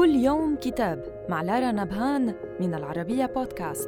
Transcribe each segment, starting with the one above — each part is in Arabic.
كل يوم كتاب مع لارا نبهان من العربية بودكاست.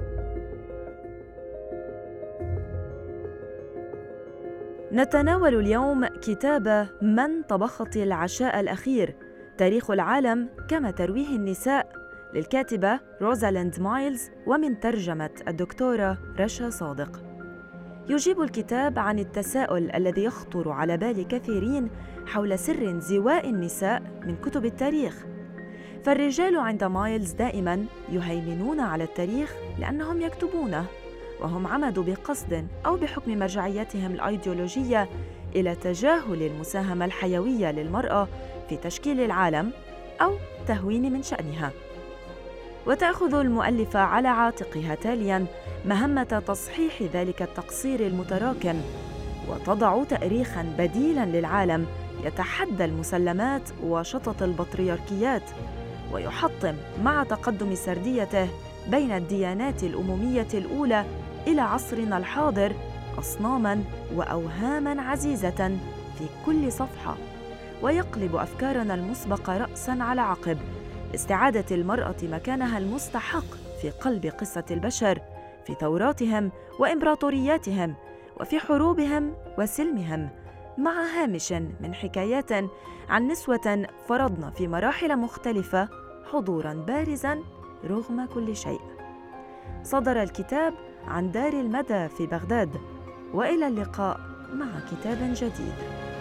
نتناول اليوم كتاب من طبخت العشاء الأخير؟ تاريخ العالم كما ترويه النساء للكاتبة روزاليند مايلز ومن ترجمة الدكتورة رشا صادق. يجيب الكتاب عن التساؤل الذي يخطر على بال كثيرين حول سر انزواء النساء من كتب التاريخ. فالرجال عند مايلز دائماً يهيمنون على التاريخ لأنهم يكتبونه، وهم عمدوا بقصد أو بحكم مرجعيتهم الأيديولوجية إلى تجاهل المساهمة الحيوية للمرأة في تشكيل العالم أو تهوين من شأنها. وتأخذ المؤلفة على عاتقها تالياً مهمة تصحيح ذلك التقصير المتراكم، وتضع تاريخاً بديلاً للعالم يتحدى المسلمات وشطط البطريركيات، ويحطم مع تقدم سرديته بين الديانات الأممية الأولى إلى عصرنا الحاضر أصناماً وأوهاماً عزيزة في كل صفحة، ويقلب أفكارنا المسبقة رأساً على عقب لاستعادة المرأة مكانها المستحق في قلب قصة البشر، في ثوراتهم وإمبراطورياتهم وفي حروبهم وسلمهم، مع هامش من حكايات عن نسوة فرضن في مراحل مختلفة حضوراً بارزاً رغم كل شيء. صدر الكتاب عن دار المدى في بغداد، وإلى اللقاء مع كتاب جديد.